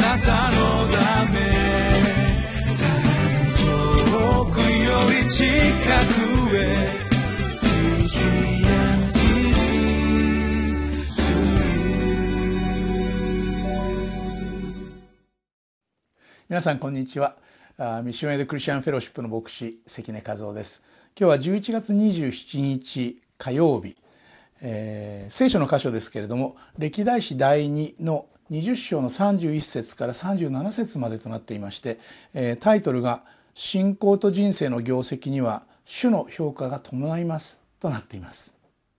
なたのため遠くより近くへ皆さんこんにちは。ミッションエイドクリスチャンフェローシップの牧師関根和夫です。今日は11月27日火曜日、聖書の箇所ですけれども、歴代史第2の20章の31節から37節までとなっていまして、タイトルが信仰と人生の業績には主の評価が伴いますとなっています。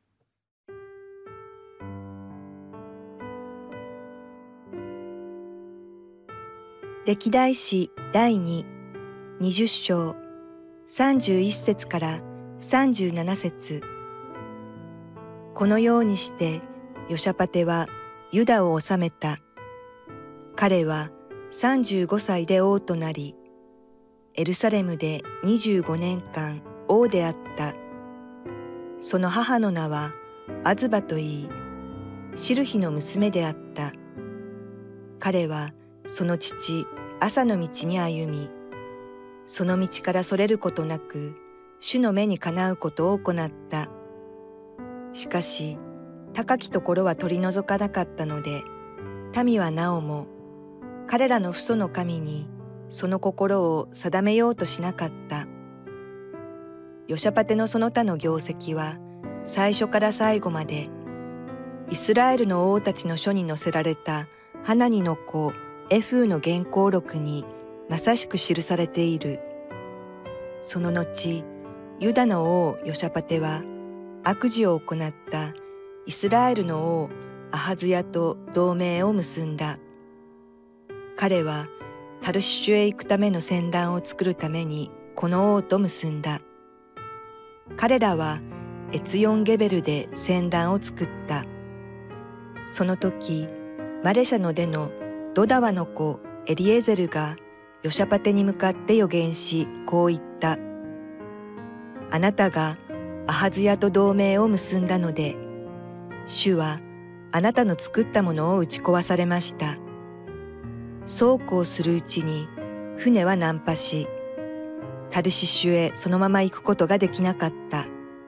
歴代史第2、20章、31節から37節。このようにしてヨシャパテはユダを治めた。彼は35歳で王となり、エルサレムで25年間王であった。その母の名はアズバといい、シルヒの娘であった。彼はその父アサの道に歩み、その道からそれることなく、主の目にかなうことを行った。しかし、高きところは取り除かなかったので、民はなおも、彼らの父祖の神に、その心を定めようとしなかった。ヨシャパテのその他の業績は、最初から最後まで、イスラエルの王たちの書に載せられたハナニの子、エフーの原稿録にまさしく記されている。その後、ユダの王ヨシャパテは悪事を行ったイスラエルの王アハズヤと同盟を結んだ。彼はタルシシュへ行くための船団を作るためにこの王と結んだ。彼らはエツヨンゲベルで船団を作った。その時、マレシャの出のドダワの子エリエゼルがヨシャパテに向かって予言し、こう言った。あなたがアハズヤと同盟を結んだので、主はあなたの作ったものを打ち壊されました。そうこうするうちに船は難破し、タルシシュへそのまま行くことができなかった。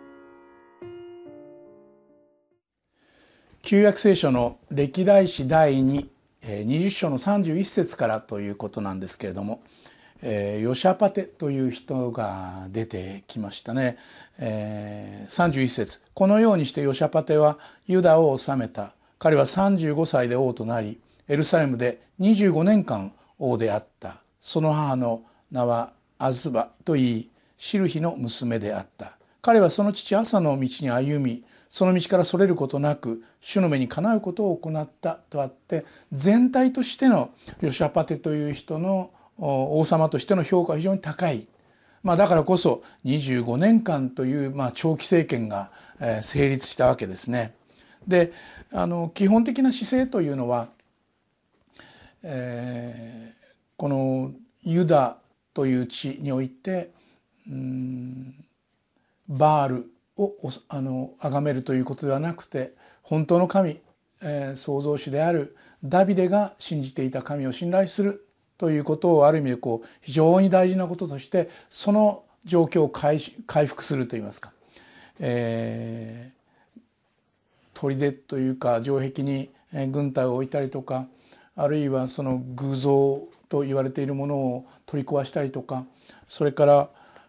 旧約聖書の歴代史第2、20章の31節からということなんですけれども、ヨシャパテという人が出てきましたね。31節。このようにしてヨシャパテはユダを治めた。彼は35歳で王となり、エルサレムで25年間王であった。その母の名はアズバといい、シルヒの娘であった。彼はその父アサの道に歩み、その道からそれることなく主の目にかなうことを行ったとあって、全体としてのヨシャパテという人の王様としての評価は非常に高い。だからこそ25年間という長期政権が成立したわけですね。で、基本的な姿勢というのは、このユダという地においてバールを崇めるということではなくて、本当の神、創造主であるダビデが信じていた神を信頼するということをある意味で非常に大事なこととして、その状況を回復するといいますか、砦というか城壁に軍隊を置いたりとか、あるいはその偶像と言われているものを取り壊したりとか、それから、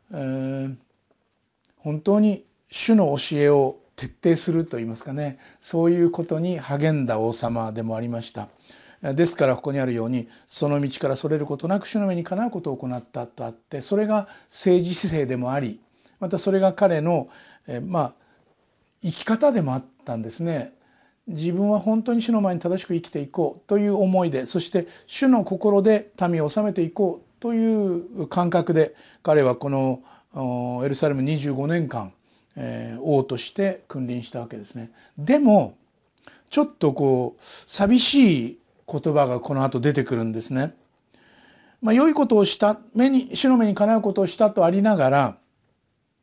本当に主の教えを徹底するといいますかね、そういうことに励んだ王様でもありました。ですからここにあるように、その道からそれることなく主の目にかなうことを行ったとあって、それが政治姿勢でもあり、またそれが彼の生き方でもあったんですね。自分は本当に主の前に正しく生きていこうという思いで、そして主の心で民を治めていこうという感覚で、彼はこのエルサレム25年間王として君臨したわけですね。でもちょっと寂しい言葉がこの後出てくるんですね。良いことをした主の目にかなうことをしたとありなが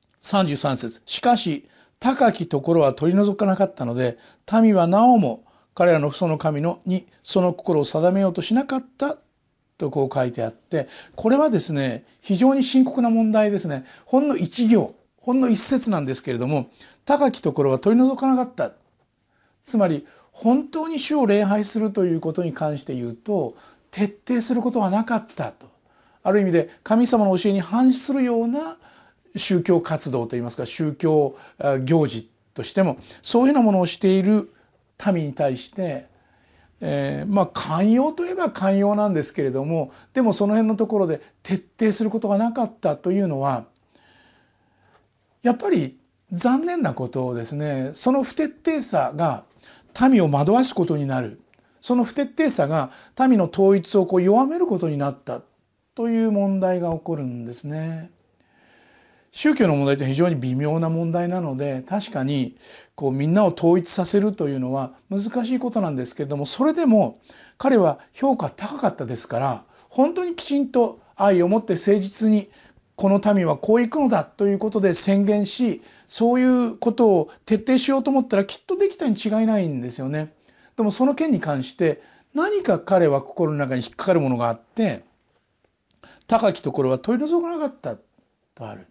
ら、33節、しかし高きところは取り除かなかったので、民はなおも彼らの父祖の神にその心を定めようとしなかったとこう書いてあって、これはですね非常に深刻な問題ですね。ほんの一行、ほんの一節なんですけれども、高きところは取り除かなかった。つまり本当に主を礼拝するということに関して言うと徹底することはなかったと。ある意味で神様の教えに反するような宗教活動といいますか、宗教行事としてもそういうようなものをしている民に対して、寛容といえば寛容なんですけれども、でもその辺のところで徹底することがなかったというのはやっぱり残念なことですね。その不徹底さが民を惑わすことになる、その不徹底さが民の統一を弱めることになったという問題が起こるんですね。宗教の問題って非常に微妙な問題なので、確かにみんなを統一させるというのは難しいことなんですけれども、それでも彼は評価高かったですから、本当にきちんと愛を持って誠実にこの民はこういくのだということで宣言し、そういうことを徹底しようと思ったらきっとできたに違いないんですよね。でもその件に関して何か彼は心の中に引っかかるものがあって、高きところは取り除かなかったとある。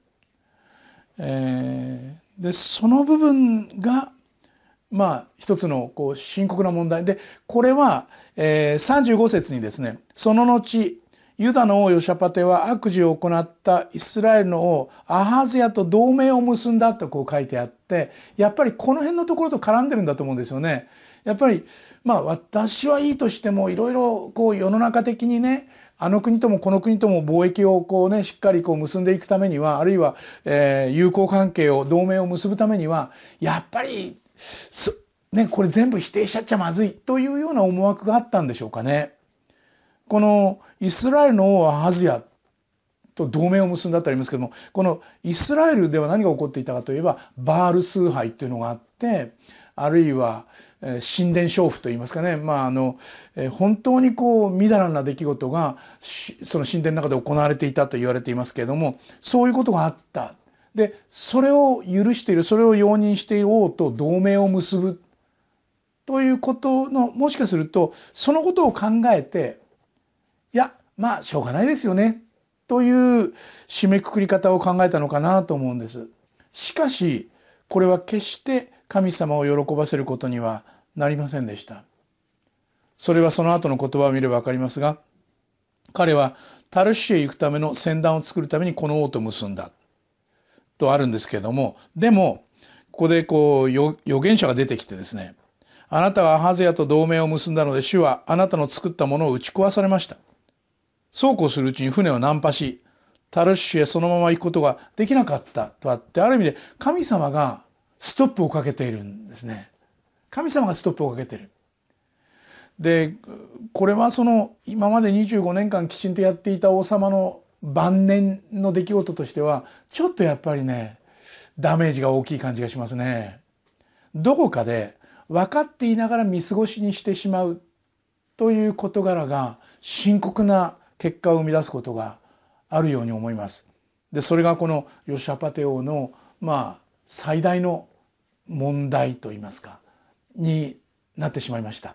でその部分が一つの深刻な問題で、これは、35節にですね、その後ユダの王ヨシャパテは悪事を行ったイスラエルの王アハズヤと同盟を結んだと書いてあって、やっぱりこの辺のところと絡んでるんだと思うんですよね。やっぱり私はいいとしてもいろいろ世の中的にね、あの国ともこの国とも貿易をしっかり結んでいくためには、あるいは、友好関係を同盟を結ぶためにはやっぱりこれ全部否定しちゃまずいというような思惑があったんでしょうかね。このイスラエルの王アハズヤと同盟を結んだとありますけども、このイスラエルでは何が起こっていたかといえばバール崇拝っていうのがあって、あるいは神殿娼婦といいますかね、本当にみだらな出来事がその神殿の中で行われていたと言われていますけれども、そういうことがあった。でそれを許している、それを容認している王と同盟を結ぶということの、もしかするとそのことを考えて、いやしょうがないですよねという締めくくり方を考えたのかなと思うんです。しかしこれは決して神様を喜ばせることにはなりませんでした。それはその後の言葉を見れば分かりますが、彼はタルシュへ行くための船団を作るためにこの王と結んだとあるんですけれども、でもここで預言者が出てきてですね、あなたはアハゼヤと同盟を結んだので主はあなたの作ったものを打ち壊されました。そうこうするうちに船を難破し、タルシュへそのまま行くことができなかったとあって、ある意味で神様がストップをかけているんですね。神様がストップをかけている。でこれは今まで25年間きちんとやっていた王様の晩年の出来事としてはちょっとやっぱりねダメージが大きい感じがしますね。どこかで分かっていながら見過ごしにしてしまうという事柄が深刻な結果を生み出すことがあるように思います。でそれがこのヨシャパテ王の最大の問題といいますかになってしまいました。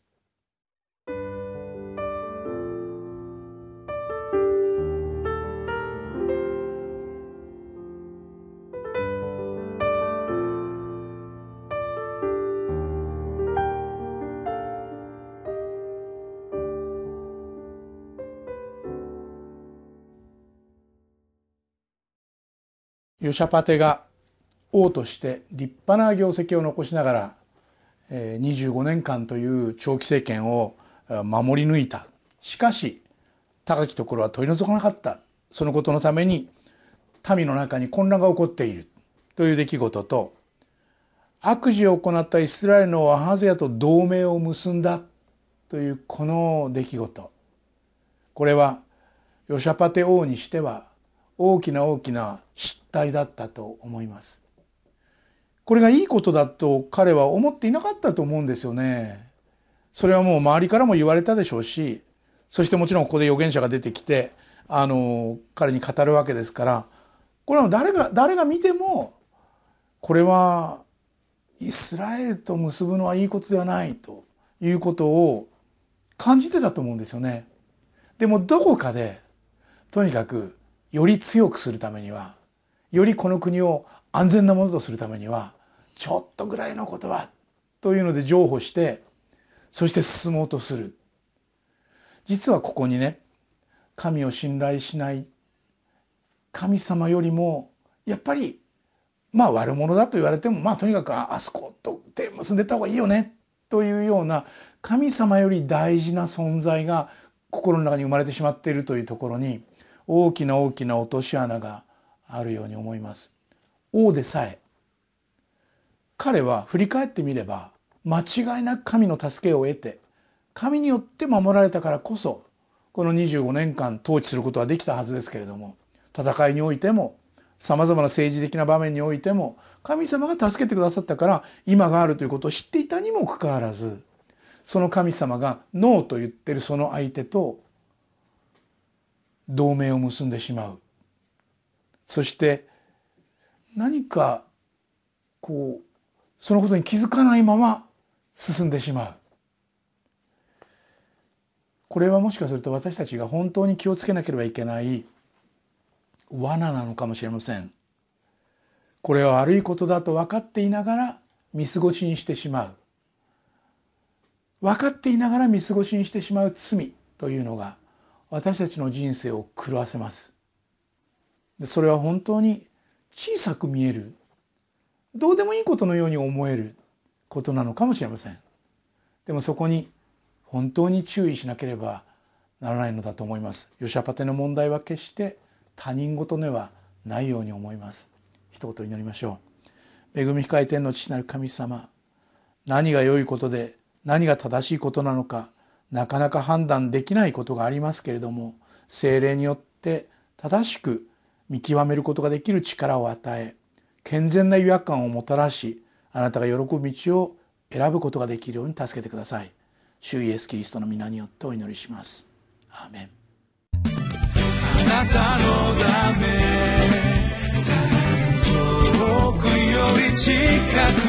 ヨシャパテが王として立派な業績を残しながら25年間という長期政権を守り抜いた。しかし高きところは取り除かなかった。そのことのために民の中に混乱が起こっているという出来事と、悪事を行ったイスラエルのアハゼヤと同盟を結んだというこの出来事、これはヨシャパテ王にしては大きな大きな失態だったと思います。これがいいことだと彼は思っていなかったと思うんですよね。それはもう周りからも言われたでしょうし、そしてもちろんここで預言者が出てきて彼に語るわけですから、これは誰が見てもこれはイスラエルと結ぶのはいいことではないということを感じてたと思うんですよね。でもどこかでとにかくより強くするためには、よりこの国を安全なものとするためには、ちょっとぐらいのことはというので譲歩して、そして進もうとする。実はここにね、神を信頼しない、神様よりもやっぱり悪者だと言われてもとにかくあそこと手結んでった方がいいよねというような神様より大事な存在が心の中に生まれてしまっているというところに大きな大きな落とし穴があるように思います。王でさえ彼は振り返ってみれば間違いなく神の助けを得て、神によって守られたからこそこの25年間統治することはできたはずですけれども、戦いにおいてもさまざまな政治的な場面においても神様が助けてくださったから今があるということを知っていたにもかかわらず、その神様がノーと言ってるその相手と同盟を結んでしまう。そして何かそのことに気づかないまま進んでしまう。これはもしかすると私たちが本当に気をつけなければいけない罠なのかもしれません。これは悪いことだと分かっていながら見過ごしにしてしまう。分かっていながら見過ごしにしてしまう罪というのが私たちの人生を狂わせます。でそれは本当に小さく見える、どうでもいいことのように思えることなのかもしれません。でもそこに本当に注意しなければならないのだと思います。ヨシャパテの問題は決して他人事ではないように思います。一言祈りましょう。恵み深い天の父なる神様、何が良いことで何が正しいことなのかなかなか判断できないことがありますけれども、聖霊によって正しく見極めることができる力を与え、健全な違和感をもたらし、あなたが喜ぶ道を選ぶことができるように助けてください。主イエスキリストの皆によってお祈りします。アーメン。 あなたのため遠くより近く